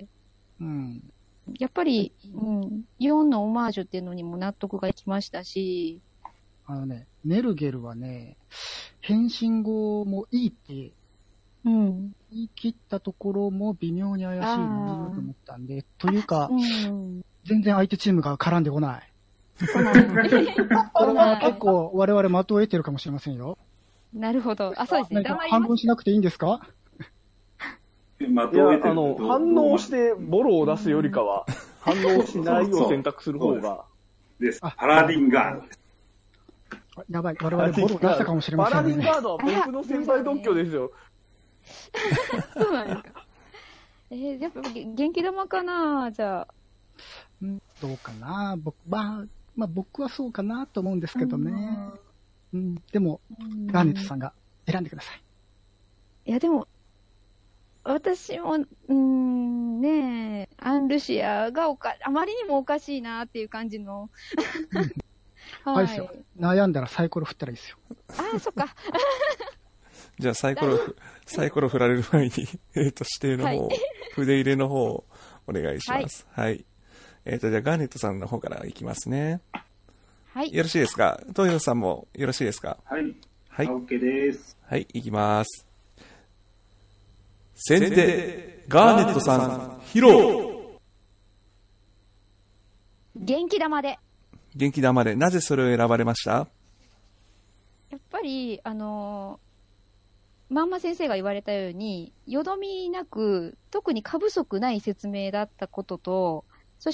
やっぱり、イオンのオマージュっていうのにも納得がいきましたし、 ネルゲルはね、変身後もいいって言い切ったところも微妙に怪しいなと思ったんで、というか、全然相手チームが絡んでこない。これは結構我々的を得てるかもしれませんよ。 なるほど。あ、そうですね。 反論しなくていいんですか？ いや、反応してボロを出すよりかは、反応しないを選択する方が。 です。パラディンガードです。 やばい、我々ボロを出したかもしれませんね。 パラディンガードは僕の先輩特許ですよ。 そうなんですか。やっぱ元気玉かなじゃあ。 どうかな僕はそうかなと思うんですけどね。でも、ガーネットさんが選んでください。 いや、でも、私も、ねえ、アンルシアがあまりにもおかしいなっていう感じの。 はいですよ。悩んだらサイコロ振ったらいいですよ。 ああ、そっか。 じゃあサイコロ振られる前に、指定の方、筆入れの方をお願いします。はい。じゃあガーネットさんの方からいきますね。 はい。 よろしいですか？トヨさんもよろしいですか？ はい。 はい。 OK です。 はい、いきます。先手、ガーネットさん、披露。 元気玉で。 元気玉で。なぜそれを選ばれました？ やっぱり、まんま先生が言われたように、よどみなく、特に過不足ない説明だったことと、そして、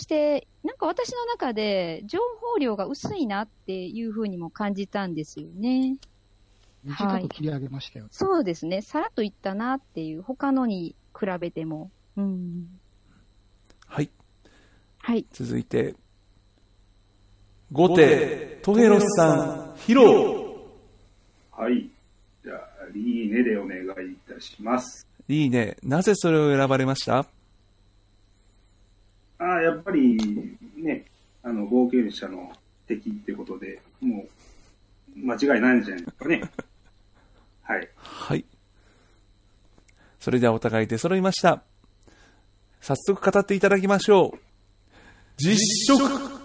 なんか私の中で情報量が薄いなっていうふうにも感じたんですよね。 短く切り上げましたよ。 そうですね。さらっといったなっていう、他のに比べても。 はい。 はい。 続いて、後手、トヘロスさん、披露。 はい。じゃあ、リーネでお願いいたします。 リーネ、なぜそれを選ばれました？ やっぱりね、冒険者の敵ってことで、もう、間違いないんじゃないですかね。はい。 はい。それではお互い出揃いました。早速語っていただきましょう。実食。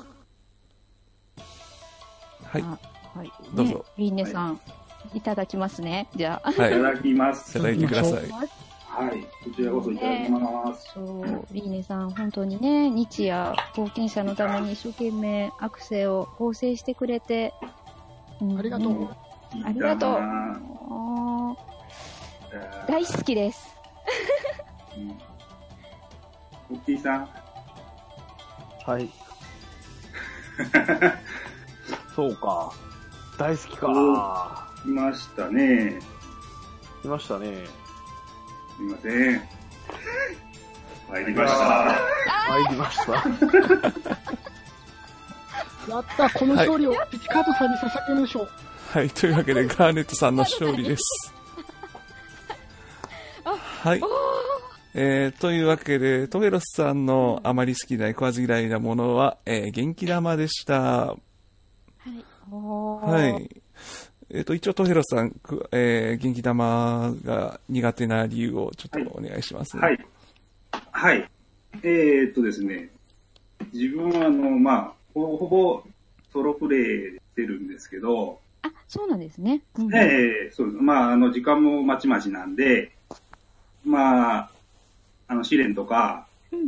はい。 はい。 どうぞ。 リーネさん、いただきますね。じゃあ。 はい。 いただきます。 いただいてください。 はい。こちらこそいただきます。 そう、リーネさん、本当にね、日夜、冒険者のために一生懸命アクセを構成してくれて、 ありがとう。 ありがとう。大好きです。 オッキーさん。 はい。そうか。大好きか。 いましたね。 いましたね。 すみません。参りました。 参りました。 やった、この勝利をピチカートさんに捧げましょう。 はい、というわけでガーネットさんの勝利です。はい。というわけで、トゲロスさんのあまり好きな食わず嫌いなものは、元気玉でした。はい。はい。一応トゲロスさん、元気玉が苦手な理由をちょっとお願いしますね。 はい。はい。ですね、自分はほぼソロプレイしてるんですけど、 あ、そうなんですね。 そうです。時間もまちまちなんで、試練とか、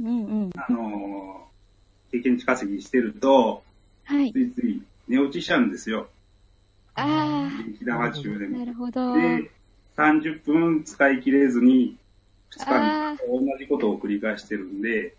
経験値稼ぎしてると、 はい、 ついつい寝落ちしちゃうんですよ。 元気玉中でも。 なるほど。 で、30分使い切れずに、2日に同じことを繰り返してるんで、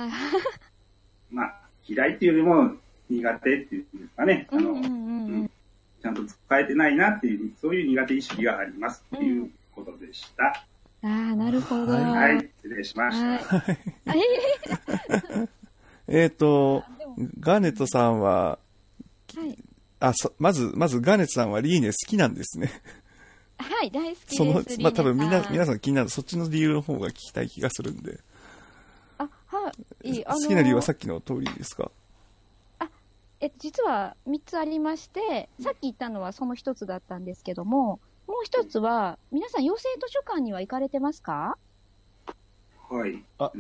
嫌いっていうよりも苦手っていうんですかね。ちゃんと使えてないなっていう、そういう苦手意識がありますっていうことでした。 なるほど。 はい、失礼しました。 ガーネットさんは、 まずガーネットさんはリーネ好きなんですね。 はい、大好きです。 多分皆さん気になるそっちの理由の方が聞きたい気がするんで。 はい。 好きな理由はさっきの通りですか？ 実は3つありまして、さっき言ったのはその1つだったんですけども、もう1つは、皆さん、養成図書館には行かれてますか？ はい。 はい。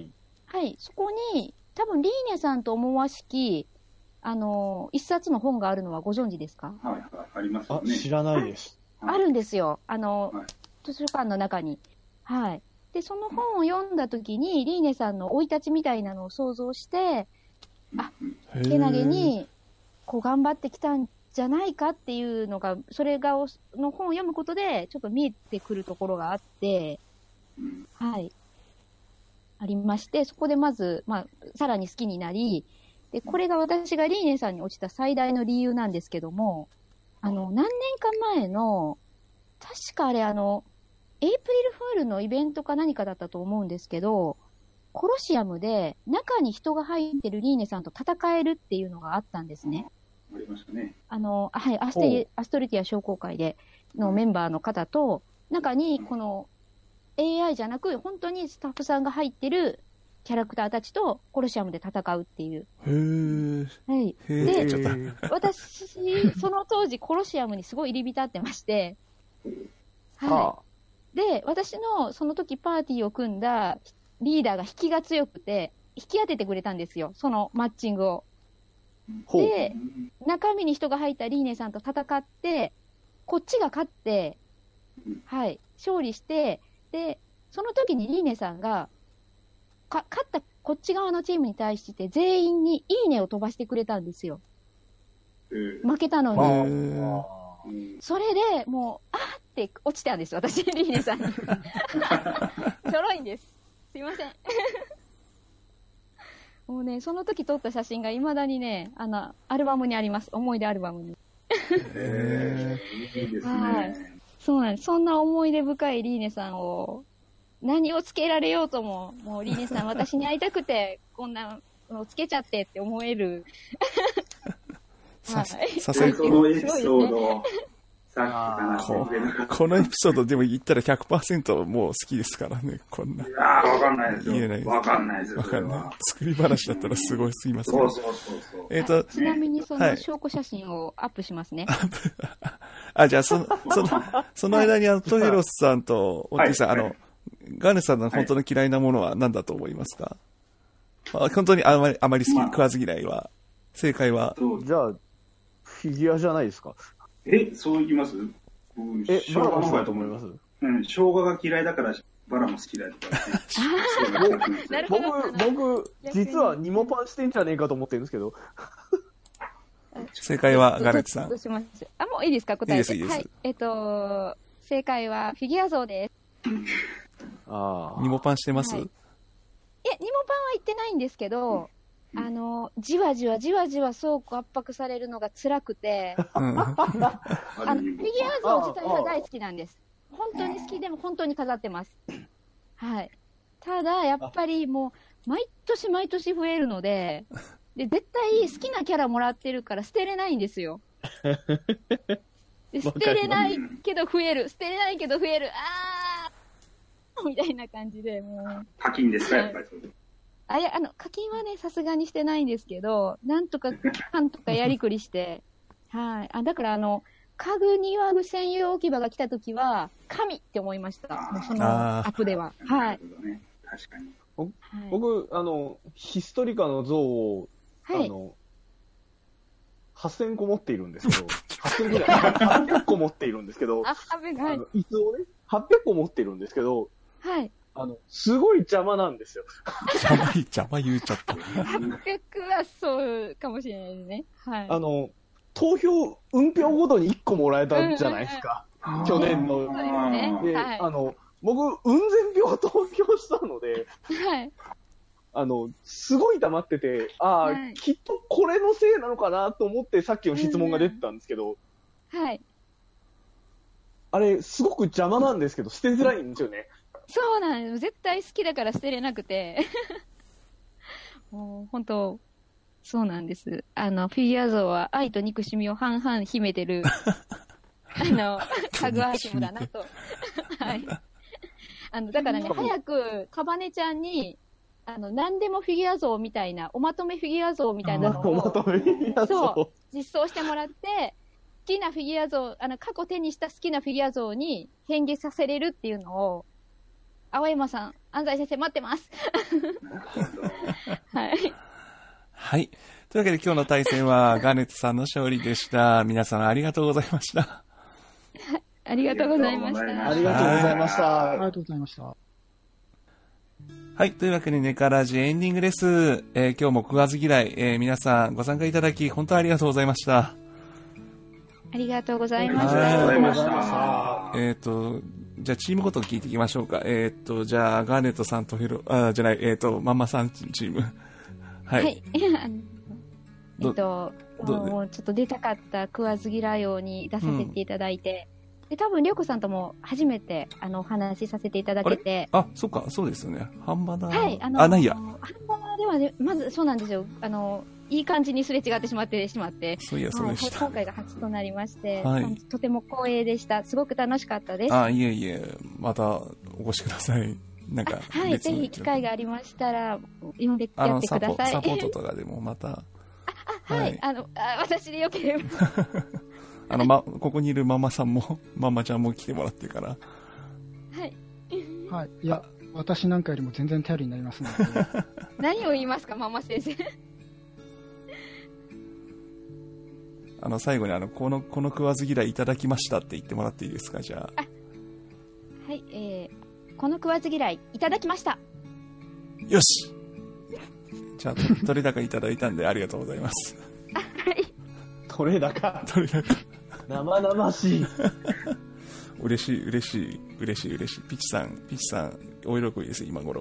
はい。そこに、多分、リーネさんと思わしき、一冊の本があるのはご存知ですか？ はい、ありますよね。 知らないです。 あるんですよ。図書館の中に。はい。で、その本を読んだときに、リーネさんの生い立ちみたいなのを想像して、けなげに、こう頑張ってきたんじゃないかっていうのが、それが、の本を読むことで、ちょっと見えてくるところがあって、はい。ありまして、そこでまず、さらに好きになり、で、これが私がリーネさんに落ちた最大の理由なんですけども、何年か前の、確かあれエイプリルフールのイベントか何かだったと思うんですけど、コロシアムで中に人が入ってるリーネさんと戦えるっていうのがあったんですね。 ありましたね。 はい、アストルティア商工会でのメンバーの方と、中にこの AI じゃなく、本当にスタッフさんが入ってるキャラクターたちとコロシアムで戦うっていう。はい。で、私、その当時コロシアムにすごい入り浸ってまして、はい。で、私のその時パーティーを組んだリーダーが引きが強くて、引き当ててくれたんですよ。そのマッチングを。で、中身に人が入ったリーネさんと戦って、こっちが勝って、はい、勝利して、で、その時にリーネさんが、勝ったこっち側のチームに対して全員にいいねを飛ばしてくれたんですよ。負けたのに。それで、もう、って落ちたんです、私、リーネさんに。ちょろいんです。すいません。もうね、その時撮った写真が未だにね、アルバムにあります。思い出アルバムに。 いいですね。 はい。そうなんです。そんな思い出深いリーネさんを、何をつけられようとも、もうリーネさん私に会いたくて、こんなのつけちゃってって思える。 はい。 そのエピソードを、さっき話してくれなかった。 このエピソードでも言ったら 100% もう好きですからね、こんな。 いやー、わかんないですよ。 言えないです。 わかんないですよ。 わかんない。作り話だったらすごいすぎますね。 そう。 ちなみにその証拠写真をアップしますね。 じゃあその間にトヘロスさんとオッティさん、ガーネさんの本当の嫌いなものは何だと思いますか？本当にあまり好き、食わず嫌いは。正解は。 じゃあ、フィギュアじゃないですか。 そう言います？ バラもそうだと思います。 生姜が嫌いだからバラも好きだとかね。 僕、実はニモパンしてんじゃねえかと思ってるんですけど。 正解はガレットさん。 もういいですか？答えて。 いいです。 はい。正解はフィギュア像です。 ニモパンしてます？ ニモパンは言ってないんですけど、じわじわ倉庫圧迫されるのが辛くて、フィギュア像自体は大好きなんです。本当に好きでも本当に飾ってます。はい。ただ、やっぱりもう、毎年増えるので、絶対好きなキャラもらってるから捨てれないんですよ。捨てれないけど増える。捨てれないけど増える。みたいな感じで、もう。 課金ですか、やっぱりそれ。 いや、課金はね、さすがにしてないんですけど、なんとかやりくりして、はい。だから、家具庭具専用置き場が来たときは、神って思いました。もうそのアップでは。はい。 確かに。 僕、ヒストリカの像を、8000個持っているんですけど、8000個じゃない、800個持っているんですけど、椅子をね、800個持っているんですけど、 はい。 すごい邪魔なんですよ。 邪魔言うちゃった。 800はそうかもしれないですね。はい。 投票、運票ごとに1個もらえたじゃないですか。去年の。 そうですね。 で、僕、運全票投票したので、 はい。 すごい黙ってて、きっとこれのせいなのかなと思ってさっきの質問が出てたんですけど、 はい。 あれ、すごく邪魔なんですけど、捨てづらいんですよね。 そうなんです。絶対好きだから捨てれなくて。もう、本当そうなんです。フィギュア像は愛と憎しみを半々秘めてる、かぐアイテムだなと。はい。だからね、早く、かばねちゃんに、何でもフィギュア像みたいな、おまとめフィギュア像みたいなのを、そう、実装してもらって、好きなフィギュア像、過去手にした好きなフィギュア像に変化させれるっていうのを、青山さん、安西先生待ってます。はい。 はい。というわけで今日の対戦はガーネットさんの勝利でした。皆さんありがとうございました。 ありがとうございました。 ありがとうございました。 ありがとうございました。 はい。というわけでネカラジエンディングです。今日も食わず嫌い、皆さんご参加いただき本当にありがとうございました。 ありがとうございました。 ありがとうございました。 じゃあチームごと聞いていきましょうか。じゃあガーネットさんとマンマさんチーム。はい。はい、 もうちょっと出たかった食わず嫌い王に出させていただいて、で、多分、りょうこさんとも初めて、お話しさせていただけて。 そっか、そうですよね。半端だ。 はい、 ないや。 半端ではね、まず、そうなんですよ。いい感じにすれ違ってしまって。 そういや、そうでした。 今回が初となりまして、 はい、 とても光栄でした。すごく楽しかったです。 いえいえ、またお越しください。なんか、 はい、ぜひ機会がありましたら、呼んでやってください。 サポートとかでもまた。 はい、私でよければ。 ここにいるママさんも、ママちゃんも来てもらってから。はい。 はい。いや、私なんかよりも全然頼りになりますので。 何を言いますか、ママ先生。 最後にこの食わず嫌いいただきましたって言ってもらっていいですか、じゃあ。 はい、この食わず嫌いいただきました。 よしじゃあ、取れ高いただいたんでありがとうございます。 はい。 取れ高。生々しい。 嬉しい。ピッチさん、お喜びです、今頃。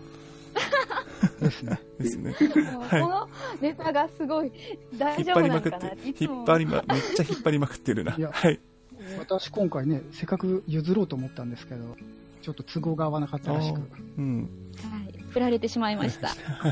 ですね。 はい。 このネタがすごい大丈夫なのかなって。めっちゃ引っ張りまくってるな。はい。 私今回ね、せっかく譲ろうと思ったんですけど、ちょっと都合が合わなかったらしく。 うん。 はい。振られてしまいました。 はい。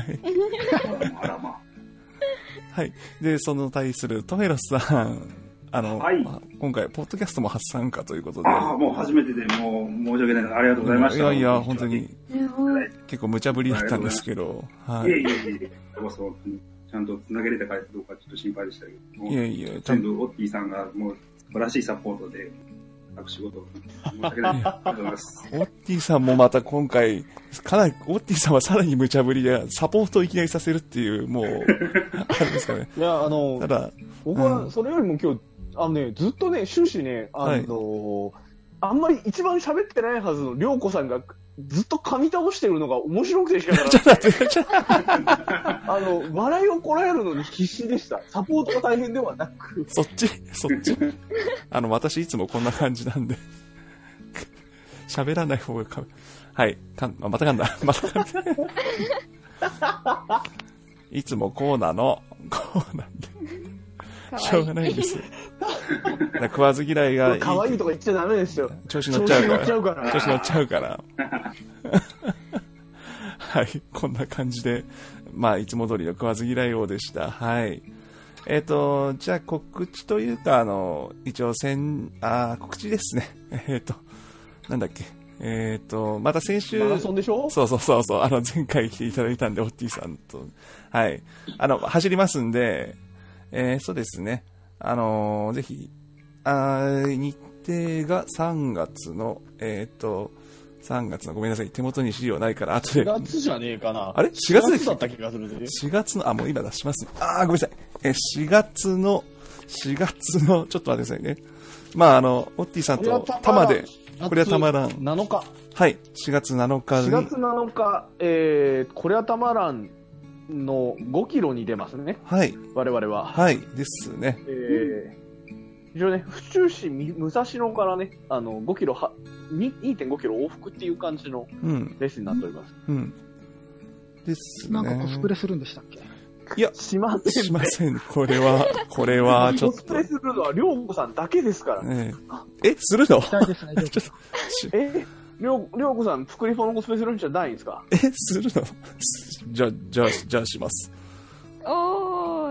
はい。で、その対するトヘロスさん、 はい、 今回、ポッドキャストも初参加ということで。 もう初めてで、もう申し訳ないです。ありがとうございました。 いや、本当に、結構無茶ぶりだったんですけど。 はい。いえ。ちゃんと繋げれたかどうかちょっと心配でしたけど。いえ。全部、オッティさんがもう素晴らしいサポートで、仕事申し訳ない。ありがとうございます。 オッティさんもまた今回、かなり、オッティさんはさらに無茶ぶりで、サポートをいきなりさせるっていう、もう、あれですかね。 いや、 ただ、 僕はそれよりも今日、ずっとね、終始ね、あんまり一番喋ってないはずのりょうこさんがずっと噛み倒してるのが面白くてしかならない。笑いをこらえるのに必死でした。サポートが大変ではなく。 そっち。私いつもこんな感じなんで。喋らない方がはい。また噛んだ。いつもこうなんで。しょうがないです。食わず嫌いが可愛いとか言っちゃダメですよ。 調子乗っちゃうから。はい、こんな感じで、いつも通りの食わず嫌い王でした。はい。じゃあ告知というか、一応告知ですね。なんだっけ。また先週。 マラソンでしょ？ そう。前回来ていただいたんで、オッティさんと。はい。走りますんで、そうですね。ぜひ、日程が3月の、ごめんなさい、手元に資料ないから、後で。 4月じゃねえかな。 あれ ?4 月だった気がするね。 4月の、もう今出します。ごめんなさい。4月の、ちょっと待ってくださいね。オッティさんと玉で、これはたまらん。 7日。 はい、4月7日に。 4月7日、これはたまらん。の5キロに出ますね。 はい。 我々は。 はい。ですね。 一応ね、府中市武蔵野からね、5キロ2.5 キロ往復っていう感じのレースになっております。 ですね。 なんかコスプレするんでしたっけ？ いや、 しません。 しません。これはちょっと。 コスプレするのはりょうこさんだけですからね。 するの？ 期待ですね。 りょうこさん、作りフォのコスプレするんじゃないんですか？ するの？じゃあします。 お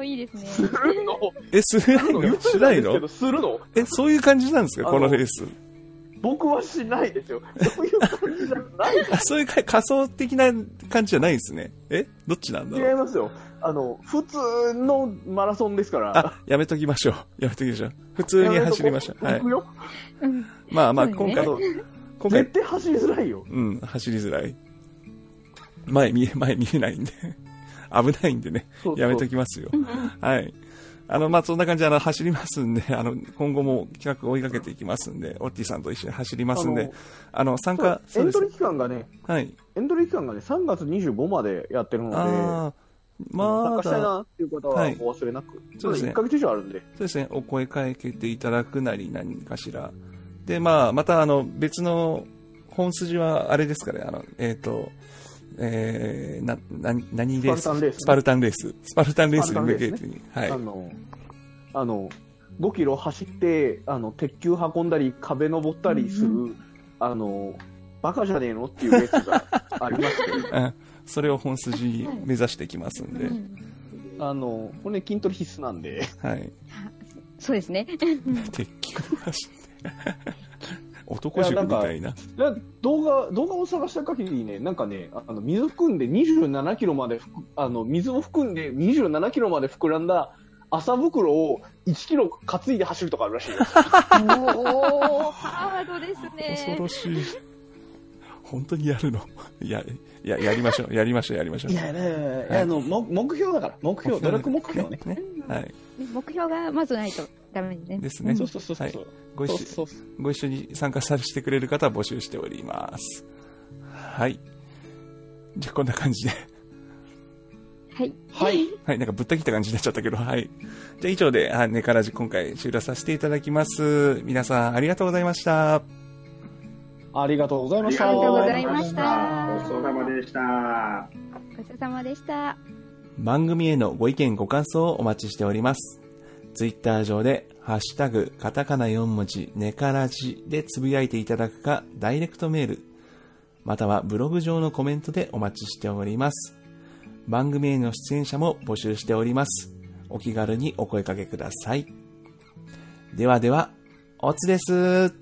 いいですね。 するのするのしないのするのそういう感じなんですかこのフェス。僕はしないですよ。そういう感じじゃない。 そういう仮想的な感じじゃないんですね。どっちなんだろう。 違いますよ。普通のマラソンですから。 やめときましょう。普通に走りましょう。はい。まあ、今回。 絶対走りづらいよ。 走りづらい。前見えないんで。危ないんでね。やめときますよ。はい。そんな感じで走りますんで、今後も企画追いかけていきますんで、オッティさんと一緒に走りますんで、参加、 エントリー期間がね、 はい。 エントリー期間がね、3月25までやってるので、参加したいなっていう方はお忘れなく。そうですね。1ヶ月以上あるんで。 そうですね。お声かけていただくなり何かしら。で、また別の本筋はあれですかね、何レース？スパルタンレース。スパルタンレースに向けてに。はい。 5キロ走って、鉄球運んだり、壁登ったりする、バカじゃねえのっていうレースがありまして。 それを本筋目指していきますんで。 これね、筋トレ必須なんで。 はい。 そうですね。 鉄球走って。男塾みたいな。 動画を探した限りね、なんかね、水含んで27キロまで、水を含んで27キロまで膨らんだ麻袋を1キロ担いで走るとかあるらしいよ。 ハードですね。 恐ろしい。本当にやるの？やりましょう。いや、 目標だから。努力目標ね。 はい。 目標がまずないとダメね。 ですね。 そう。はい。 ご一緒に参加させてくれる方は募集しております。はい。じゃあこんな感じで。 はい。 なんかぶった切った感じになっちゃったけど、はい。じゃあ以上で、ネカラジ今回終了させていただきます。皆さんありがとうございました。 ありがとうございました。 ありがとうございました。 ごちそうさまでした。 ごちそうさまでした。 番組へのご意見ご感想をお待ちしております。ツイッター上で、ハッシュタグ、カタカナ4文字、ネカラジでつぶやいていただくか、ダイレクトメール、またはブログ上のコメントでお待ちしております。番組への出演者も募集しております。お気軽にお声掛けください。ではでは、おつです。